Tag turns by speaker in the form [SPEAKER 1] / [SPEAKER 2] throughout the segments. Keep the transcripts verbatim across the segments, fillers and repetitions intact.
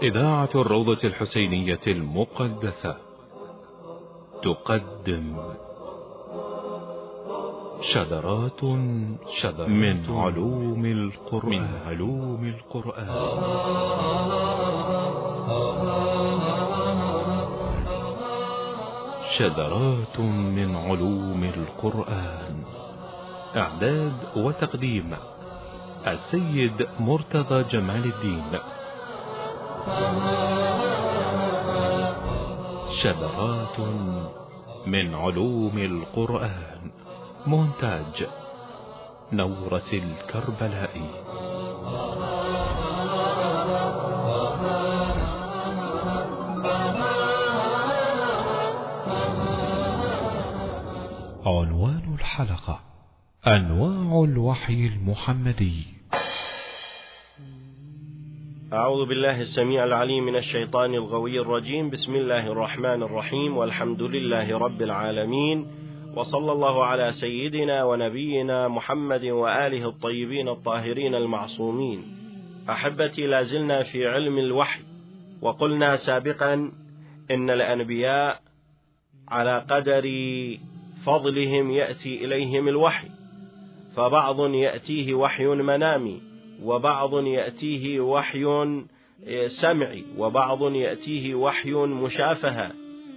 [SPEAKER 1] إذاعة الروضة الحسينية المقدسة تقدم شذرات شذرات من علوم القرآن من علوم القرآن شذرات من علوم القرآن. إعداد وتقديم السيد مرتضى جمال الدين. شذرات من علوم القرآن. مونتاج نورس الكربلائي. عنوان الحلقة: أنواع الوحي المحمدي.
[SPEAKER 2] أعوذ بالله السميع العليم من الشيطان الغوي الرجيم. بسم الله الرحمن الرحيم، والحمد لله رب العالمين، وصلى الله على سيدنا ونبينا محمد وآله الطيبين الطاهرين المعصومين. أحبتي، لازلنا في علم الوحي، وقلنا سابقا إن الأنبياء على قدر فضلهم يأتي إليهم الوحي، فبعض يأتيه وحي منامي، وبعض يأتيه وحي سمعي، وبعض يأتيه وحي مشافهة،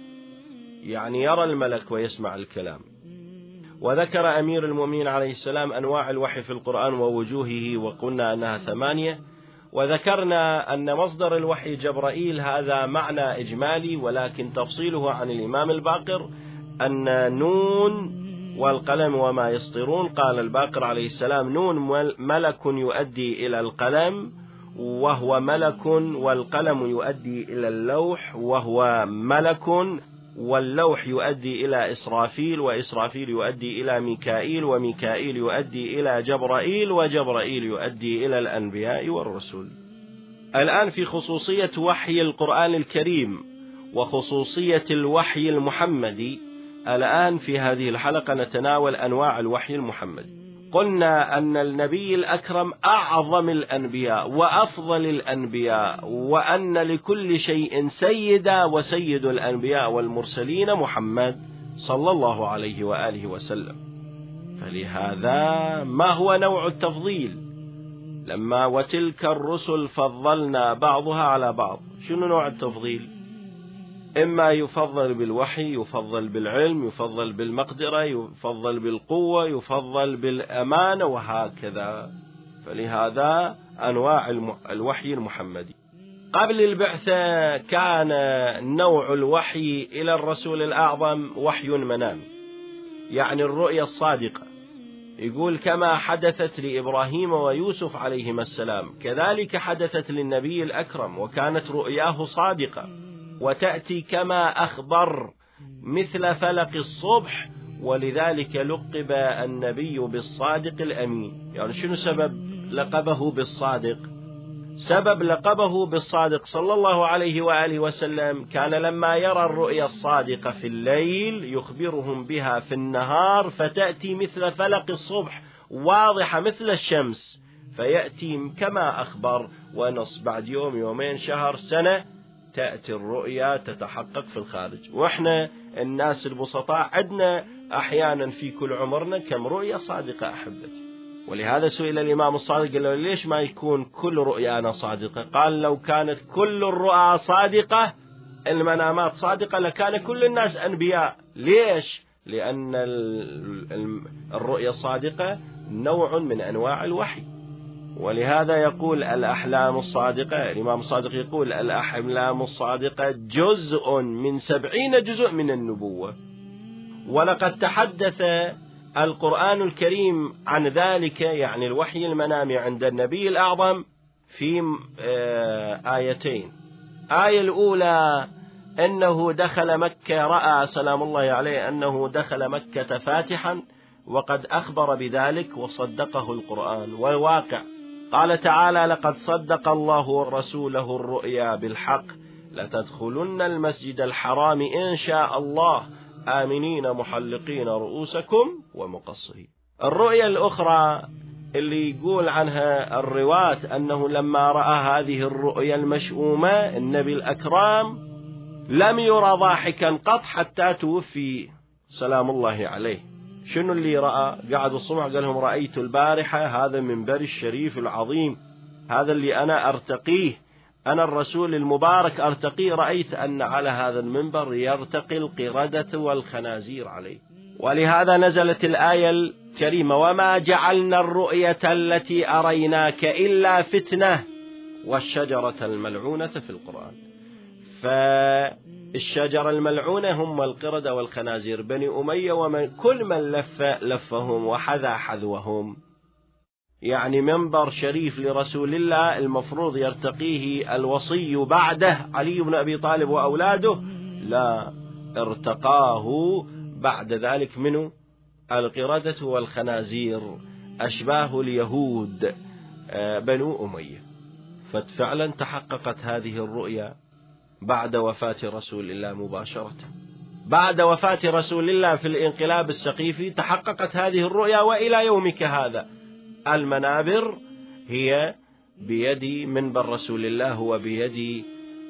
[SPEAKER 2] يعني يرى الملك ويسمع الكلام. وذكر أمير المؤمنين عليه السلام أنواع الوحي في القرآن ووجوهه، وقلنا أنها ثمانية. وذكرنا أن مصدر الوحي جبرائيل، هذا معنى إجمالي، ولكن تفصيله عن الإمام الباقر أن نون والقلم وما يسطرون، قال الباقر عليه السلام: نون ملك يؤدي إلى القلم وهو ملك، والقلم يؤدي إلى اللوح وهو ملك، واللوح يؤدي إلى إسرافيل، وإسرافيل يؤدي إلى ميكائيل، وميكائيل يؤدي إلى جبرائيل، وجبرائيل يؤدي إلى الأنبياء والرسل. الآن في خصوصية وحي القرآن الكريم وخصوصية الوحي المحمدي. الآن في هذه الحلقة نتناول أنواع الوحي المحمدي. قلنا أن النبي الأكرم أعظم الأنبياء وأفضل الأنبياء، وأن لكل شيء سيدا، وسيد الأنبياء والمرسلين محمد صلى الله عليه وآله وسلم. فلهذا ما هو نوع التفضيل لما وتلك الرسل فضلنا بعضها على بعض؟ شنو نوع التفضيل؟ إما يفضل بالوحي، يفضل بالعلم، يفضل بالمقدرة، يفضل بالقوة، يفضل بالأمانة، وهكذا. فلهذا أنواع الوحي المحمدي. قبل البعثة كان نوع الوحي إلى الرسول الأعظم وحي منامي، يعني الرؤيا الصادقة. يقول: كما حدثت لإبراهيم ويوسف عليهما السلام، كذلك حدثت للنبي الأكرم، وكانت رؤياه صادقة، وتأتي كما أخبر مثل فلق الصبح، ولذلك لقب النبي بالصادق الأمين. يعني شنو سبب لقبه بالصادق؟ سبب لقبه بالصادق صلى الله عليه وآله وسلم، كان لما يرى الرؤيا الصادقة في الليل يخبرهم بها في النهار، فتأتي مثل فلق الصبح واضحة مثل الشمس، فيأتي كما أخبر، ونص بعد يوم، يومين، شهر، سنة، تأتي الرؤيا تتحقق في الخارج. وإحنا الناس البسطاء عندنا أحيانا في كل عمرنا كم رؤيا صادقة أحبتي. ولهذا سئل الإمام الصادق قال له: ليش ما يكون كل رؤيانا صادقة؟ قال: لو كانت كل الرؤى صادقة، المنامات صادقة، لكان كل الناس أنبياء. ليش؟ لأن الرؤيا الصادقة نوع من أنواع الوحي. ولهذا يقول الأحلام الصادقة، الإمام الصادق يقول: الأحلام الصادقة جزء من سبعين جزء من النبوة. ولقد تحدث القرآن الكريم عن ذلك، يعني الوحي المنامي عند النبي الأعظم، في آيتين. آية الأولى أنه دخل مكة، رأى سلام الله عليه أنه دخل مكة فاتحا، وقد أخبر بذلك وصدقه القرآن. والواقع قال تعالى: لقد صدق الله رسوله الرؤيا بالحق لتدخلن المسجد الحرام إن شاء الله آمنين محلقين رؤوسكم ومقصرين. الرؤيا الأخرى اللي يقول عنها الرواة أنه لما رأى هذه الرؤيا المشؤومة النبي الأكرم لم يرى ضاحكا قط حتى توفي سلام الله عليه. شنو اللي رأى؟ قعد الصبح قال لهم رأيت البارحة هذا منبر الشريف العظيم، هذا اللي أنا أرتقيه، أنا الرسول المبارك أرتقيه، رأيت أن على هذا المنبر يرتقي القردة والخنازير عليه. ولهذا نزلت الآية الكريمة وما جعلنا الرؤية التي أريناك إلا فتنة والشجرة الملعونة في القرآن. فالشجرة الملعونة هم القردة والخنازير بني أمية، ومن كل من لف لفهم وحذا حذوهم. يعني منبر شريف لرسول الله المفروض يرتقيه الوصي بعده علي بن أبي طالب وأولاده، لا، ارتقاه بعد ذلك منه القردة والخنازير أشباه اليهود بنو أمية. ففعلا تحققت هذه الرؤيا بعد وفاة رسول الله مباشرة. بعد وفاة رسول الله في الانقلاب السقيفي تحققت هذه الرؤيا، وإلى يومك هذا المنابر هي بيد منبر رسول الله، هو بيد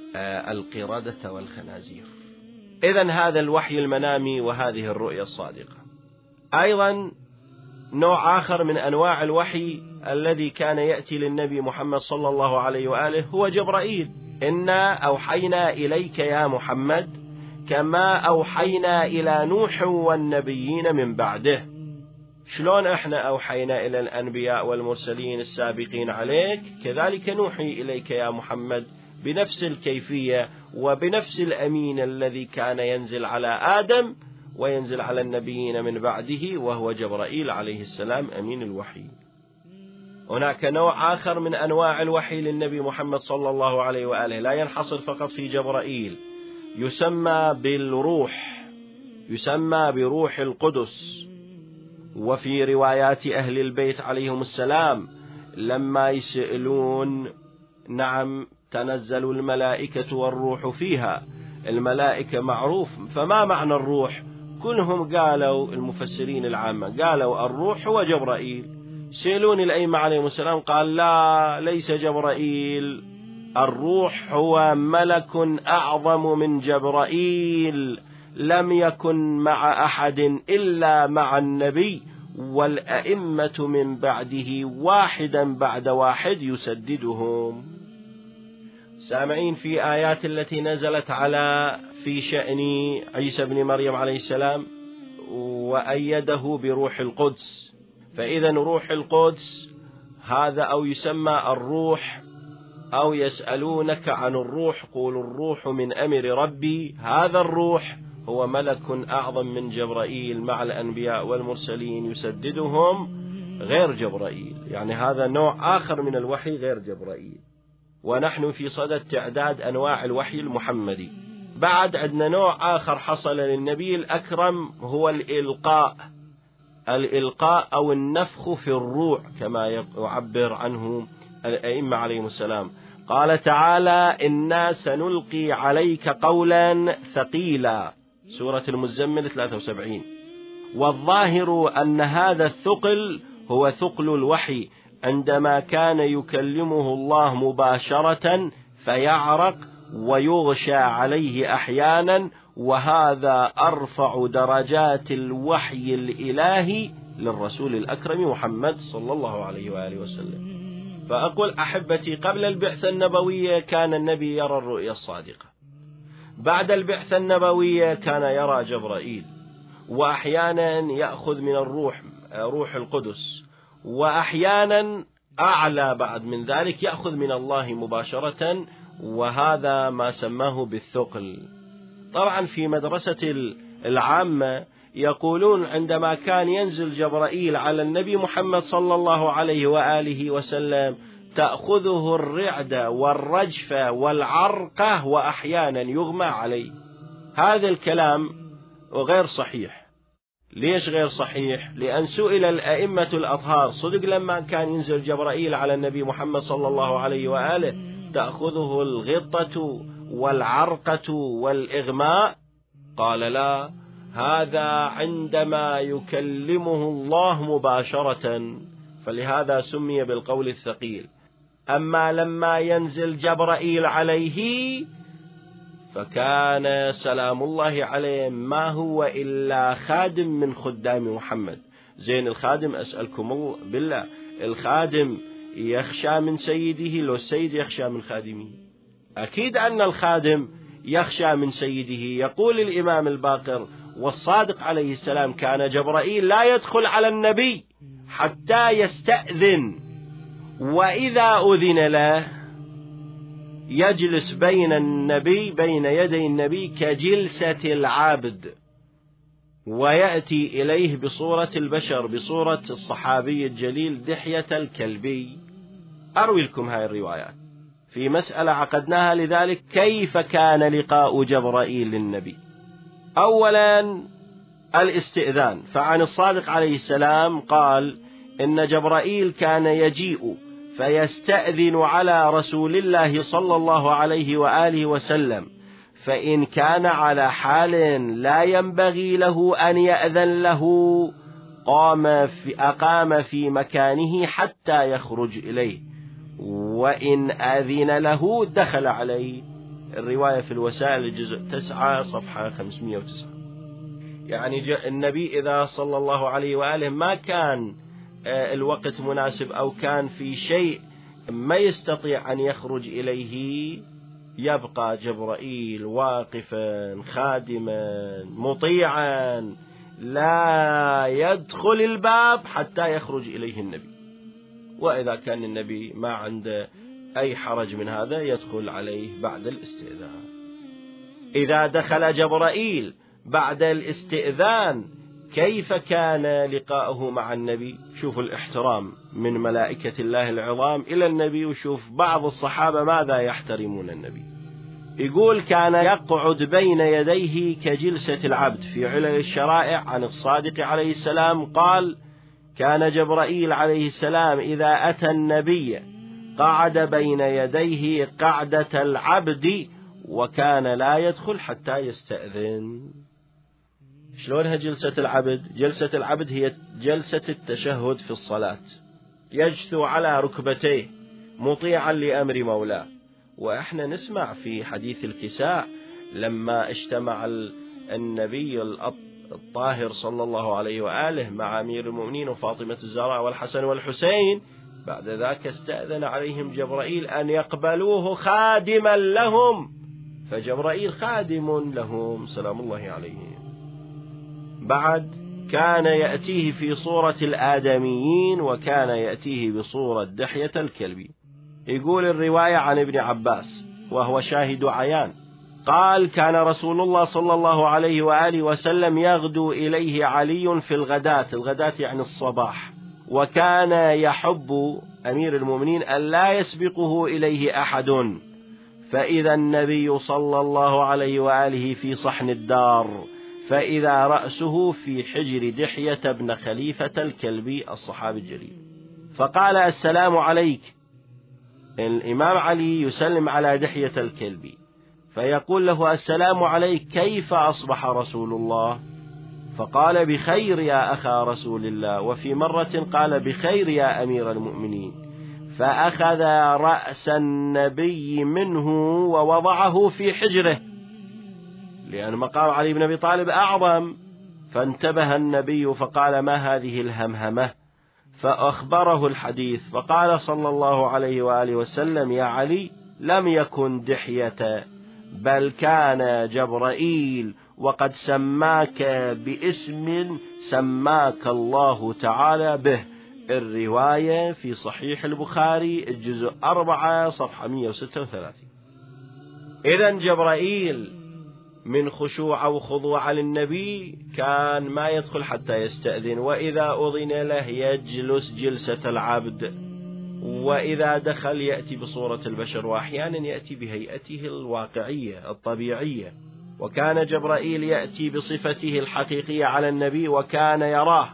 [SPEAKER 2] القردة والخنازير. إذن هذا الوحي المنامي وهذه الرؤيا الصادقة. أيضا نوع آخر من أنواع الوحي الذي كان يأتي للنبي محمد صلى الله عليه وآله هو جبرائيل. إنا أوحينا إليك يا محمد كما أوحينا إلى نوح والنبيين من بعده. شلون احنا أوحينا إلى الأنبياء والمرسلين السابقين عليك، كذلك نوحي إليك يا محمد بنفس الكيفية وبنفس الأمين الذي كان ينزل على آدم وينزل على النبيين من بعده، وهو جبرائيل عليه السلام أمين الوحي. هناك نوع آخر من أنواع الوحي للنبي محمد صلى الله عليه وآله لا ينحصر فقط في جبرائيل، يسمى بالروح، يسمى بروح القدس. وفي روايات أهل البيت عليهم السلام لما يسألون، نعم، تنزل الملائكة والروح فيها، الملائكة معروف، فما معنى الروح؟ كلهم قالوا المفسرين العامة قالوا الروح هو جبرائيل. سألون الأئمة عليهم السلام قال لا، ليس جبرائيل، الروح هو ملك أعظم من جبرائيل، لم يكن مع أحد إلا مع النبي والأئمة من بعده واحدا بعد واحد يسددهم. سامعين في آيات التي نزلت على في شأن عيسى بن مريم عليه السلام وأيده بروح القدس. فإذا روح القدس هذا أو يسمى الروح، أو يسألونك عن الروح قول الروح من أمر ربي، هذا الروح هو ملك أعظم من جبرائيل مع الأنبياء والمرسلين يسددهم غير جبرائيل. يعني هذا نوع آخر من الوحي غير جبرائيل. ونحن في صدد تعداد أنواع الوحي المحمدي. بعد عندنا نوع آخر حصل للنبي الأكرم هو الإلقاء، الإلقاء أو النفخ في الروح كما يعبر عنه الأئمة عليهم السلام. قال تعالى إنا سنلقي عليك قولا ثقيلا، سورة المزمل ثلاثة وسبعين. والظاهر أن هذا الثقل هو ثقل الوحي عندما كان يكلمه الله مباشرة فيعرق ويغشى عليه أحيانا، وهذا أرفع درجات الوحي الإلهي للرسول الأكرم محمد صلى الله عليه وآله وسلم. فأقول أحبتي، قبل البعثة النبوية كان النبي يرى الرؤيا الصادقة، بعد البعثة النبوية كان يرى جبرائيل، وأحيانا يأخذ من الروح روح القدس، وأحيانا أعلى بعد من ذلك يأخذ من الله مباشرة، وهذا ما سماه بالثقل. طبعا في مدرسة العامة يقولون عندما كان ينزل جبرائيل على النبي محمد صلى الله عليه وآله وسلم تأخذه الرعدة والرجفة والعرقة وأحيانا يغمى عليه. هذا الكلام غير صحيح. ليش غير صحيح؟ لأن سئل الأئمة الأطهار صدق لما كان ينزل جبرائيل على النبي محمد صلى الله عليه وآله تأخذه الغطة والعرقة والإغماء؟ قال لا، هذا عندما يكلمه الله مباشرة، فلهذا سمي بالقول الثقيل. أما لما ينزل جبرائيل عليه فكان سلام الله عليه ما هو إلا خادم من خدام محمد. زين الخادم أسألكم الله بالله، الخادم يخشى من سيده لو السيد يخشى من خادمه؟ أكيد أن الخادم يخشى من سيده. يقول الإمام الباقر والصادق عليه السلام كان جبرائيل لا يدخل على النبي حتى يستأذن، وإذا أذن له يجلس بين النبي بين يدي النبي كجلسة العبد، ويأتي إليه بصورة البشر، بصورة الصحابي الجليل دحية الكلبي. أروي لكم هاي الروايات في مسألة عقدناها لذلك. كيف كان لقاء جبرائيل للنبي؟ أولا الاستئذان، فعن الصادق عليه السلام قال إن جبرائيل كان يجيء فيستأذن على رسول الله صلى الله عليه وآله وسلم، فإن كان على حال لا ينبغي له أن يأذن له قام في أقام في مكانه حتى يخرج إليه، وإن أذن له دخل عليه. الرواية في الوسائل الجزء تسعة صفحة خمسمائة وتسعة. يعني النبي إذا صلى الله عليه وآله ما كان الوقت مناسب أو كان في شيء ما يستطيع أن يخرج إليه، يبقى جبرائيل واقفا خادما مطيعا لا يدخل الباب حتى يخرج إليه النبي. وإذا كان النبي ما عنده أي حرج من هذا يدخل عليه بعد الاستئذان. إذا دخل جبرائيل بعد الاستئذان كيف كان لقاؤه مع النبي؟ شوف الاحترام من ملائكة الله العظام إلى النبي، وشوف بعض الصحابة ماذا يحترمون النبي. يقول كان يقعد بين يديه كجلسة العبد. في علل الشرائع عن الصادق عليه السلام قال كان جبرائيل عليه السلام إذا أتى النبي قعد بين يديه قعدة العبد، وكان لا يدخل حتى يستأذن. شلونها جلسة العبد؟ جلسة العبد هي جلسة التشهد في الصلاة، يجثو على ركبتيه مطيعا لأمر مولاه. وإحنا نسمع في حديث الكساء لما اجتمع النبي الطاهر صلى الله عليه وآله مع أمير المؤمنين وفاطمة الزهراء والحسن والحسين، بعد ذاك استأذن عليهم جبرائيل أن يقبلوه خادما لهم، فجبرائيل خادم لهم سلام الله عليه. بعد كان يأتيه في صورة الآدميين، وكان يأتيه بصورة دحية الكلبي. يقول الرواية عن ابن عباس وهو شاهد عيان قال كان رسول الله صلى الله عليه وآله وسلم يغدو إليه علي في الغداة، الغداة يعني الصباح، وكان يحب أمير المؤمنين أن لا يسبقه إليه أحد، فإذا النبي صلى الله عليه وآله في صحن الدار، فإذا رأسه في حجر دحية بن خليفة الكلبي الصحابي الجليل، فقال السلام عليك. الإمام علي يسلم على دحية الكلبي فيقول له السلام عليك، كيف أصبح رسول الله؟ فقال بخير يا أخا رسول الله. وفي مرة قال بخير يا أمير المؤمنين، فأخذ رأس النبي منه ووضعه في حجره، لأن مقام علي بن أبي طالب أعظم. فانتبه النبي فقال ما هذه الهمهمة؟ فأخبره الحديث، فقال صلى الله عليه وآله وسلم يا علي لم يكن دحية بل كان جبرائيل، وقد سماك باسم سماك الله تعالى به. الرواية في صحيح البخاري الجزء أربعة صفحة مئة وستة وثلاثين. إذن جبرائيل من خشوع وخضوع للنبي كان ما يدخل حتى يستأذن، وإذا أذن له يجلس جلسة العبد، وإذا دخل يأتي بصورة البشر، وأحيانا يأتي بهيئته الواقعية الطبيعية. وكان جبرائيل يأتي بصفته الحقيقية على النبي وكان يراه،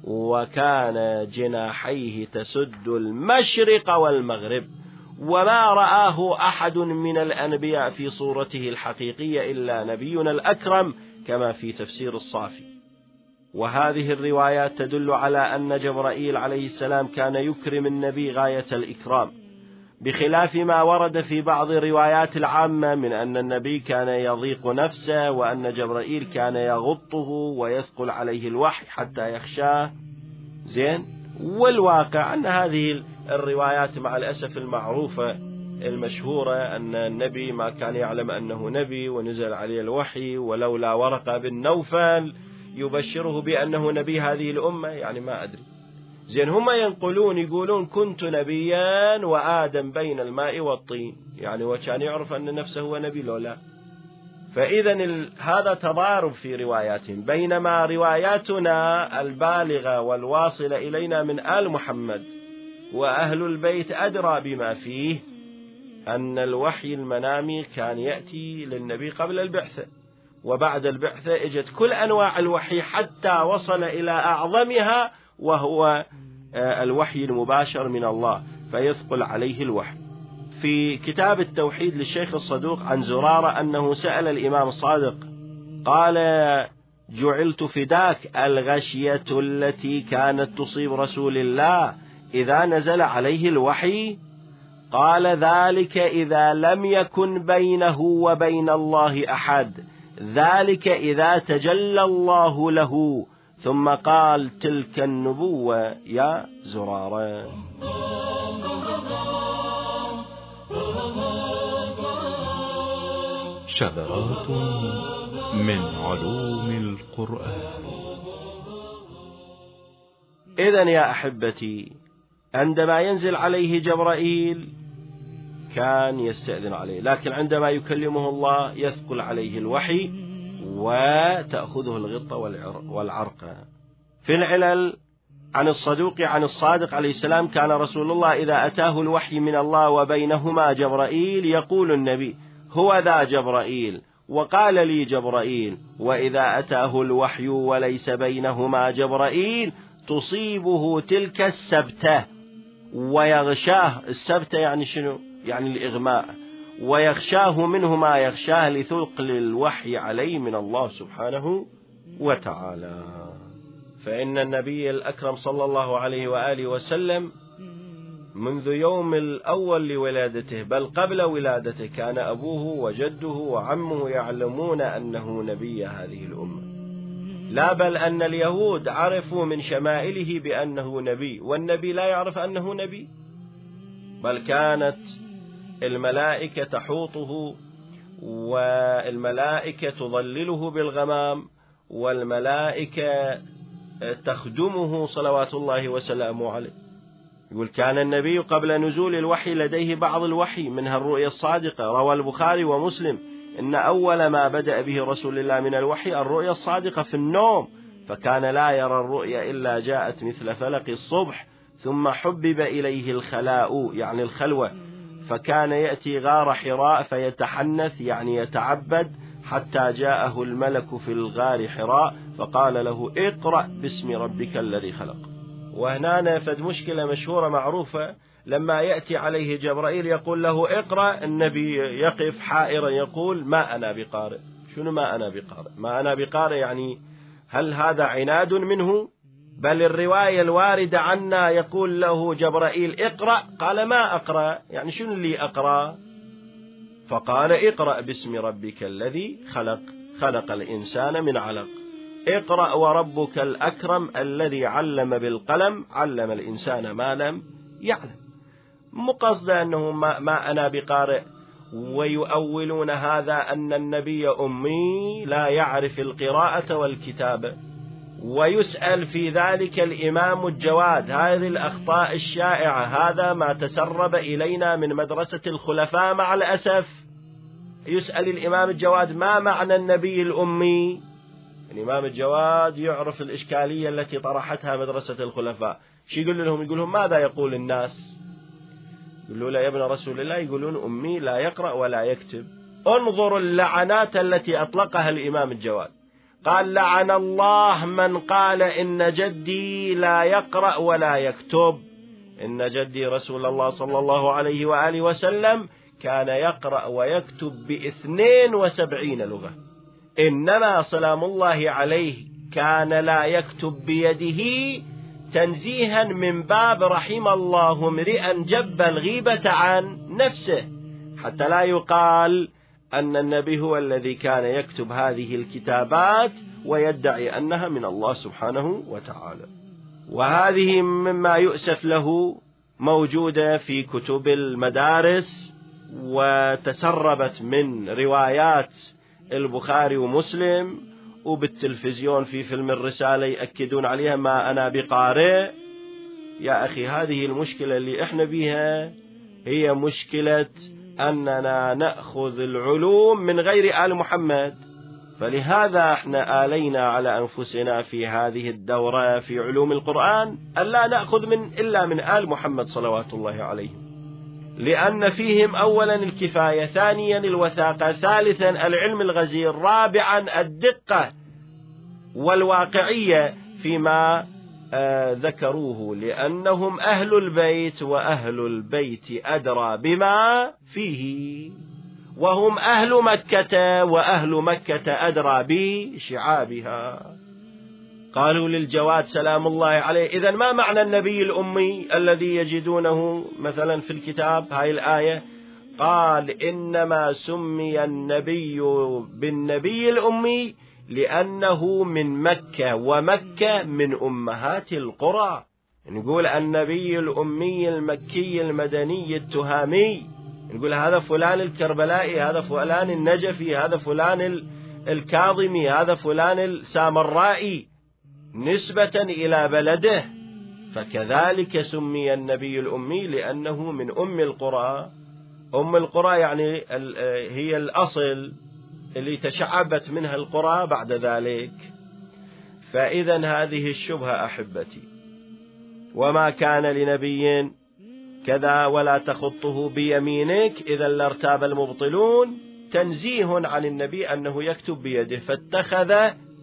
[SPEAKER 2] وكان جناحيه تسد المشرق والمغرب، وما رآه أحد من الأنبياء في صورته الحقيقية إلا نبينا الأكرم كما في تفسير الصافي. وهذه الروايات تدل على أن جبرائيل عليه السلام كان يكرم النبي غاية الإكرام، بخلاف ما ورد في بعض الروايات العامة من أن النبي كان يضيق نفسه، وأن جبرائيل كان يغطه ويثقل عليه الوحي حتى يخشاه. زين، والواقع أن هذه الروايات مع الأسف المعروفة المشهورة أن النبي ما كان يعلم أنه نبي ونزل عليه الوحي، ولولا ورقة بن نوفل يبشره بأنه نبي هذه الأمة، يعني ما أدري. زين، هم ينقلون يقولون كنت نبيا وآدم بين الماء والطين، يعني وكان يعرف أن نفسه هو نبي لو لا. فإذا هذا تضارب في رواياتهم، بينما رواياتنا البالغة والواصلة إلينا من آل محمد وأهل البيت أدرى بما فيه، أن الوحي المنامي كان يأتي للنبي قبل البعثة، وبعد البعثة اجت كل أنواع الوحي حتى وصل إلى أعظمها، وهو الوحي المباشر من الله فيثقل عليه الوحي. في كتاب التوحيد للشيخ الصدوق عن زرارة أنه سأل الإمام الصادق قال: جعلت فداك، الغشية التي كانت تصيب رسول الله إذا نزل عليه الوحي؟ قال: ذلك إذا لم يكن بينه وبين الله أحد، ذلك إذا تجلى الله له. ثم قال: تلك النبوة يا زرارة.
[SPEAKER 1] شذرات من علوم القرآن.
[SPEAKER 2] إذن يا أحبتي، عندما ينزل عليه جبرائيل كان يستأذن عليه، لكن عندما يكلمه الله يثقل عليه الوحي وتأخذه الغطة والعرقة. في العلل عن الصدوق عن الصادق عليه السلام كان رسول الله إذا أتاه الوحي من الله وبينهما جبرائيل يقول النبي: هو ذا جبرائيل وقال لي جبرائيل. وإذا أتاه الوحي وليس بينهما جبرائيل تصيبه تلك السبتة ويغشاه. السبتة يعني شنو؟ يعني الإغماء. ويخشاه منه ما يخشاه لثقل الوحي عليه من الله سبحانه وتعالى. فإن النبي الأكرم صلى الله عليه وآله وسلم منذ يوم الأول لولادته بل قبل ولادته كان أبوه وجده وعمه يعلمون أنه نبي هذه الأمة. لا بل أن اليهود عرفوا من شمائله بأنه نبي، والنبي لا يعرف أنه نبي، بل كانت الملائكة تحوطه والملائكة تظلله بالغمام والملائكة تخدمه صلوات الله وسلامه عليه. يقول: كان النبي قبل نزول الوحي لديه بعض الوحي منها الرؤيا الصادقة. روى البخاري ومسلم إن أول ما بدأ به رسول الله من الوحي الرؤيا الصادقة في النوم، فكان لا يرى الرؤيا إلا جاءت مثل فلق الصبح، ثم حبب إليه الخلاء يعني الخلوة، فكان يأتي غار حراء فيتحنث يعني يتعبد، حتى جاءه الملك في الغار حراء فقال له: اقرأ باسم ربك الذي خلق. وهنا نفد مشكلة مشهورة معروفة، لما يأتي عليه جبرائيل يقول له اقرأ، النبي يقف حائرا يقول: ما أنا بقارئ. شنو ما أنا بقارئ؟ ما أنا بقارئ يعني هل هذا عناد منه؟ بل الرواية الواردة عنا يقول له جبرائيل اقرأ، قال: ما أقرأ، يعني شنو اللي أقرأ؟ فقال: اقرأ باسم ربك الذي خلق، خلق الإنسان من علق، اقرأ وربك الأكرم الذي علم بالقلم، علم الإنسان ما لم يعلم. مقصد أنه ما, ما أنا بقارئ. ويؤولون هذا أن النبي أمي لا يعرف القراءة والكتابة، ويسأل في ذلك الإمام الجواد. هذه الأخطاء الشائعة، هذا ما تسرب إلينا من مدرسة الخلفاء مع الأسف. يسأل الإمام الجواد: ما معنى النبي الأمي؟ الإمام الجواد يعرف الإشكالية التي طرحتها مدرسة الخلفاء. شو يقول لهم؟ يقول لهم: ماذا يقول الناس؟ يقولوا له: يا ابن رسول الله يقولون أمي لا يقرأ ولا يكتب. انظروا اللعنات التي أطلقها الإمام الجواد. قال: لعن الله من قال إن جدي لا يقرأ ولا يكتب. إن جدي رسول الله صلى الله عليه وآله وسلم كان يقرأ ويكتب باثنين وسبعين لغة، إنما سلام الله عليه كان لا يكتب بيده تنزيها من باب رحم الله امرئا جب الغيبة عن نفسه، حتى لا يقال أن النبي هو الذي كان يكتب هذه الكتابات ويدعي أنها من الله سبحانه وتعالى. وهذه مما يؤسف له موجودة في كتب المدارس، وتسربت من روايات البخاري ومسلم، وبالتلفزيون في فيلم الرسالة يأكدون عليها ما أنا بقارئ. يا أخي هذه المشكلة اللي إحنا بيها هي مشكلة أننا نأخذ العلوم من غير آل محمد، فلهذا احنا آلينا على أنفسنا في هذه الدورة في علوم القرآن ألا نأخذ من إلا من آل محمد صلوات الله عليهم، لأن فيهم أولا الكفاية، ثانيا الوثاقة، ثالثا العلم الغزير، رابعا الدقة والواقعية فيما آه ذكروه، لأنهم أهل البيت، وأهل البيت أدرى بما فيه، وهم أهل مكة، وأهل مكة أدرى بشعابها. قالوا للجواد سلام الله عليه: إذن ما معنى النبي الأمي الذي يجدونه مثلا في الكتاب هاي الآية؟ قال: إنما سمي النبي بالنبي الأمي لأنه من مكة، ومكة من أمهات القرى. نقول النبي الأمي المكي المدني التهامي، نقول هذا فلان الكربلائي، هذا فلان النجفي، هذا فلان الكاظمي، هذا فلان السامرائي، نسبة إلى بلده. فكذلك سمي النبي الأمي لأنه من أم القرى. أم القرى يعني هي الأصل اللي تشعبت منها القرى بعد ذلك. فإذا هذه الشبهة أحبتي، وما كان لنبي كذا ولا تخطه بيمينك إذا لارتاب المبطلون، تنزيه عن النبي أنه يكتب بيده، فاتخذ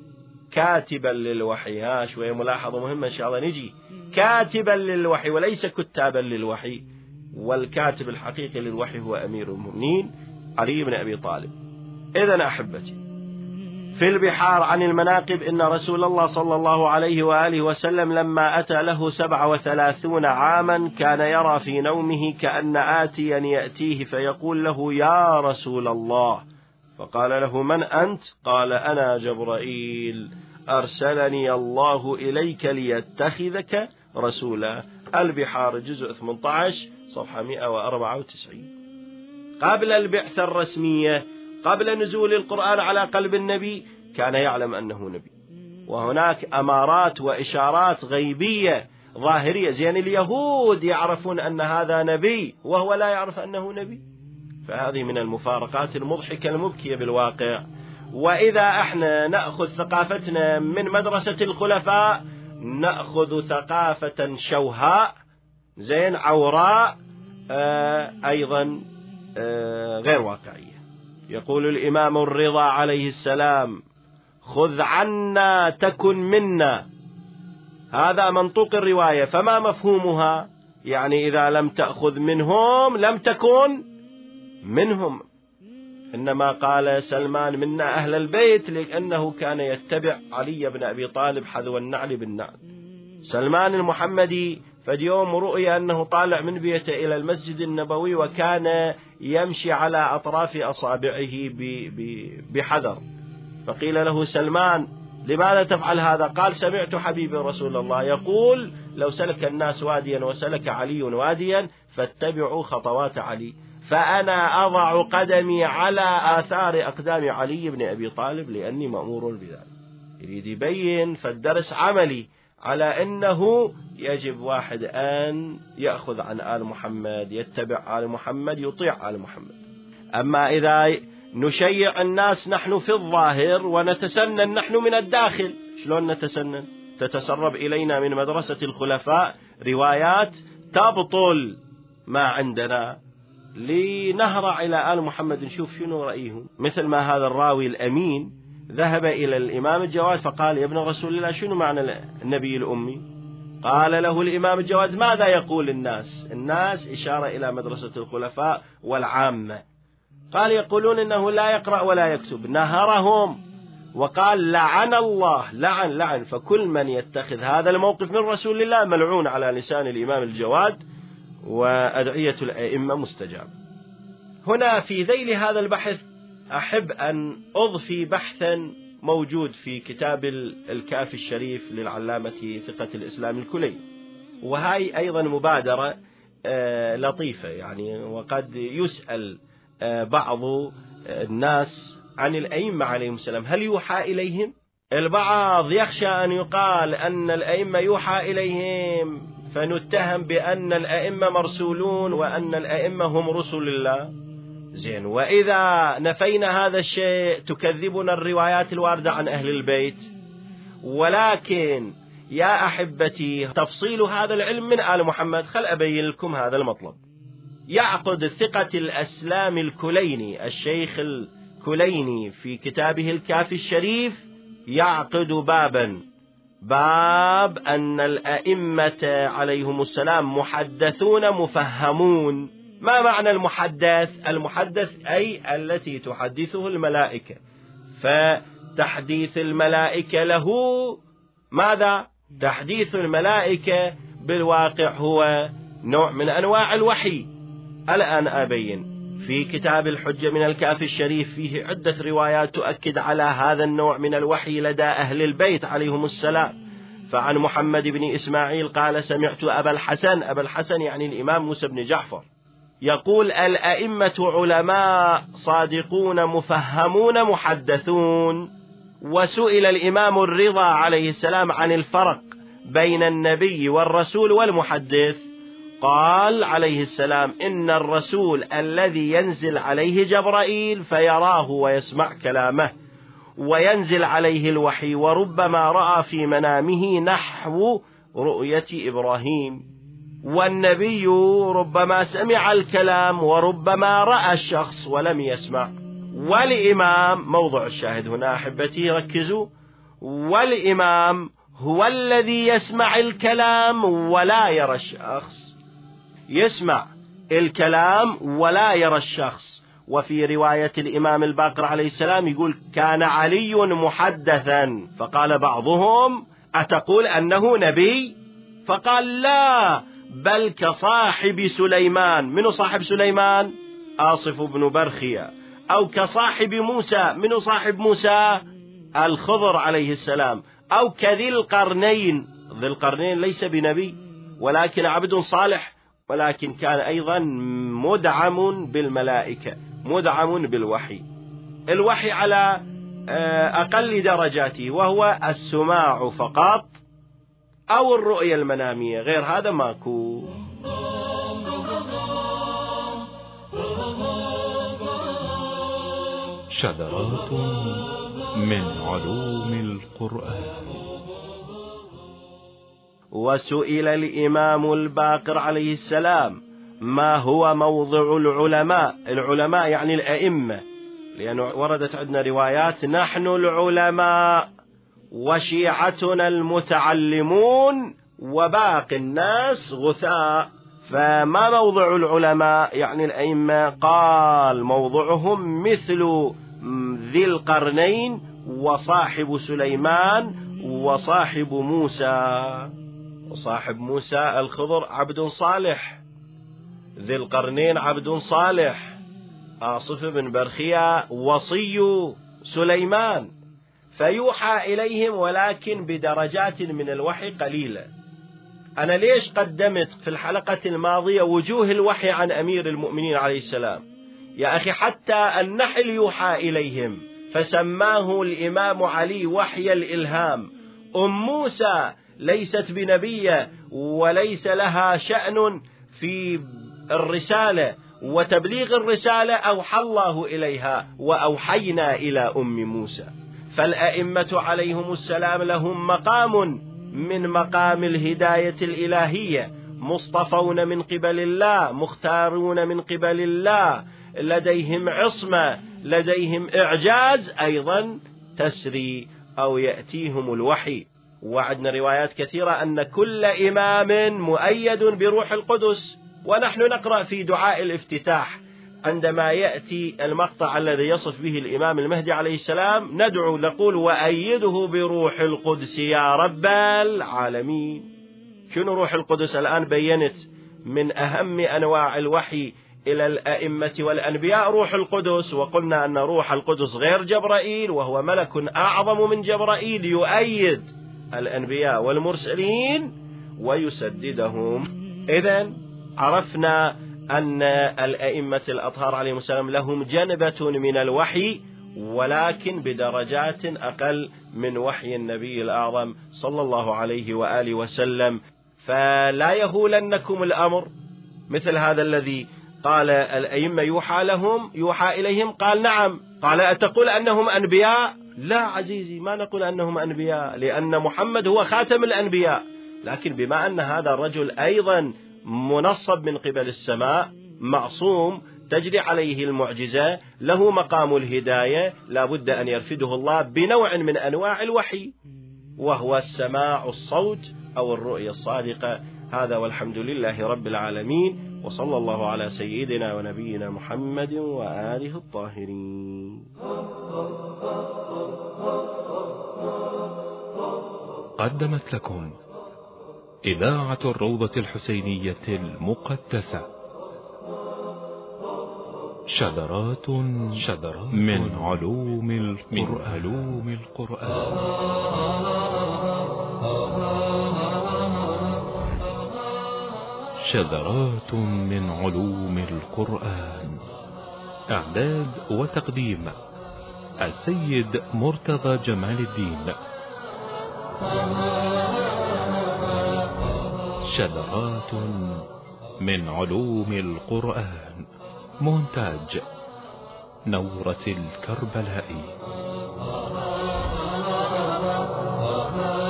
[SPEAKER 2] كاتبا للوحي. ها شوية ملاحظة مهمة إن شاء الله نجي، كاتبا للوحي وليس كتابا للوحي، والكاتب الحقيقي للوحي هو أمير المؤمنين علي بن أبي طالب. إذن أحبتي، في البحار عن المناقب إن رسول الله صلى الله عليه وآله وسلم لما أتى له سبع وثلاثون عاما كان يرى في نومه كأن آتيا يأتيه فيقول له: يا رسول الله. فقال له: من أنت؟ قال: أنا جبرائيل، أرسلني الله إليك ليتخذك رسولا. البحار جزء ثمانية عشر صفحة مئة وأربعة وتسعين. قبل البعثة الرسمية، قبل نزول القرآن على قلب النبي، كان يعلم أنه نبي، وهناك أمارات وإشارات غيبية ظاهرية. زين اليهود يعرفون أن هذا نبي وهو لا يعرف أنه نبي، فهذه من المفارقات المضحكة المبكية بالواقع. وإذا احنا نأخذ ثقافتنا من مدرسة الخلفاء، نأخذ ثقافة شوهاء زين عوراء آه أيضا آه غير واقعية. يقول الإمام الرضا عليه السلام: خذ عنا تكن منا. هذا منطوق الرواية، فما مفهومها؟ يعني إذا لم تأخذ منهم لم تكن منهم. إنما قال سلمان: منا أهل البيت، لأنه كان يتبع علي بن أبي طالب حذو النعل بالنعل. سلمان المحمدي فاليوم رؤي أنه طالع من بيته إلى المسجد النبوي، وكان يمشي على أطراف أصابعه بحذر، فقيل له: سلمان لماذا تفعل هذا؟ قال: سمعت حبيبي رسول الله يقول: لو سلك الناس واديا وسلك علي واديا فاتبعوا خطوات علي، فأنا أضع قدمي على آثار أقدام علي بن أبي طالب لأني مأمور بذلك. يريد يبين فالدرس عملي على أنه يجب واحد أن يأخذ عن آل محمد، يتبع آل محمد، يطيع آل محمد. أما إذا نشيع الناس نحن في الظاهر ونتسنن نحن من الداخل، شلون نتسنن؟ تتسرب إلينا من مدرسة الخلفاء روايات تبطل ما عندنا لنهرع إلى آل محمد نشوف شنو رأيهم. مثل ما هذا الراوي الأمين ذهب إلى الإمام الجواد فقال: يا ابن رسول الله شنو معنى النبي الأمي؟ قال له الإمام الجواد: ماذا يقول الناس؟ الناس إشارة إلى مدرسة الخلفاء والعامة. قال: يقولون إنه لا يقرأ ولا يكتب. نهرهم وقال لعن الله، لعن لعن، فكل من يتخذ هذا الموقف من رسول الله ملعون على لسان الإمام الجواد، وأدعية الأئمة مستجاب. هنا في ذيل هذا البحث أحب أن أضفي بحثا موجود في كتاب الكافي الشريف للعلامة ثقة الإسلام الكليني، وهي أيضا مبادرة لطيفة يعني. وقد يسأل بعض الناس عن الأئمة عليهم السلام هل يوحى إليهم؟ البعض يخشى أن يقال أن الأئمة يوحى إليهم فنتهم بأن الأئمة مرسولون وأن الأئمة هم رسل الله. زين، وإذا نفينا هذا الشيء تكذبنا الروايات الواردة عن أهل البيت. ولكن يا أحبتي تفصيل هذا العلم من آل محمد، خل أبين لكم هذا المطلب. يعقد ثقة الأسلام الكليني الشيخ الكليني في كتابه الكافي الشريف يعقد بابا، باب أن الأئمة عليهم السلام محدثون مفهمون. ما معنى المحدث؟ المحدث أي التي تحدثه الملائكة، فتحديث الملائكة له ماذا؟ تحديث الملائكة بالواقع هو نوع من أنواع الوحي. الآن أبين في كتاب الحجة من الكافي الشريف فيه عدة روايات تؤكد على هذا النوع من الوحي لدى أهل البيت عليهم السلام. فعن محمد بن إسماعيل قال سمعت أبا الحسن، أبا الحسن يعني الإمام موسى بن جعفر، يقول الأئمة علماء صادقون مفهمون محدثون. وسئل الإمام الرضا عليه السلام عن الفرق بين النبي والرسول والمحدث، قال عليه السلام إن الرسول الذي ينزل عليه جبرائيل فيراه ويسمع كلامه وينزل عليه الوحي، وربما رأى في منامه نحو رؤية إبراهيم. والنبي ربما سمع الكلام وربما رأى الشخص ولم يسمع. والإمام، موضع الشاهد هنا أحبتي ركزوا، والإمام هو الذي يسمع الكلام ولا يرى الشخص، يسمع الكلام ولا يرى الشخص. وفي رواية الإمام الباقر عليه السلام يقول كان علي محدثا، فقال بعضهم أتقول أنه نبي؟ فقال لا، بل كصاحب سليمان. من صاحب سليمان؟ آصف بن برخية. أو كصاحب موسى. من صاحب موسى؟ الخضر عليه السلام. أو كذي القرنين. ذي القرنين ليس بنبي ولكن عبد صالح، ولكن كان أيضا مدعم بالملائكة، مدعم بالوحي. الوحي على أقل درجاته وهو السماع فقط أو الرؤية المنامية، غير هذا ماكو.
[SPEAKER 1] شذرات من علوم القرآن.
[SPEAKER 2] وسئل الإمام الباقر عليه السلام ما هو موضع العلماء؟ العلماء يعني الأئمة، لأنه وردت عندنا روايات نحن العلماء وشيعتنا المتعلمون وباقي الناس غثاء. فما موضع العلماء يعني الأئمة؟ قال موضعهم مثل ذي القرنين وصاحب سليمان وصاحب موسى. وصاحب موسى الخضر عبد صالح، ذي القرنين عبد صالح، آصف بن برخية وصي سليمان. فيوحى إليهم ولكن بدرجات من الوحي قليلة. أنا ليش قدمت في الحلقة الماضية وجوه الوحي عن أمير المؤمنين عليه السلام؟ يا أخي حتى النحل يوحى إليهم، فسماه الإمام علي وحي الإلهام. أم موسى ليست بنبية وليس لها شأن في الرسالة وتبليغ الرسالة، أوحى الله إليها وأوحينا إلى أم موسى. فالأئمة عليهم السلام لهم مقام من مقام الهداية الإلهية، مصطفون من قبل الله، مختارون من قبل الله، لديهم عصمة، لديهم إعجاز، أيضا تسري أو يأتيهم الوحي. وعندنا روايات كثيرة أن كل إمام مؤيد بروح القدس. ونحن نقرأ في دعاء الافتتاح عندما يأتي المقطع الذي يصف به الإمام المهدي عليه السلام ندعو نقول وأيده بروح القدس يا رب العالمين. شنو روح القدس؟ الآن بينت من أهم أنواع الوحي إلى الأئمة والأنبياء روح القدس، وقلنا أن روح القدس غير جبرائيل وهو ملك أعظم من جبرائيل يؤيد الأنبياء والمرسلين ويسددهم. إذن عرفنا أن الأئمة الأطهار عليهم السلام لهم جنبة من الوحي ولكن بدرجات أقل من وحي النبي الأعظم صلى الله عليه وآله وسلم. فلا يهولنكم الأمر مثل هذا الذي قال الأئمة يوحى لهم يوحى إليهم، قال نعم، قال أتقول أنهم أنبياء؟ لا عزيزي، ما نقول أنهم أنبياء، لأن محمد هو خاتم الأنبياء، لكن بما أن هذا الرجل أيضا منصب من قبل السماء معصوم تجري عليه المعجزة له مقام الهداية، لا بد أن يرفده الله بنوع من أنواع الوحي وهو السماع الصوت أو الرؤية الصادقة. هذا والحمد لله رب العالمين، وصلى الله على سيدنا ونبينا محمد وآله الطاهرين.
[SPEAKER 1] قدمت لكم إذاعة الروضة الحسينية المقدسة شذرات شذرات من علوم القرآن, علوم القرآن. شذرات من علوم القرآن. إعداد وتقديم السيد مرتضى جمال الدين. شذرات من علوم القرآن. مونتاج نورة الكربلائي.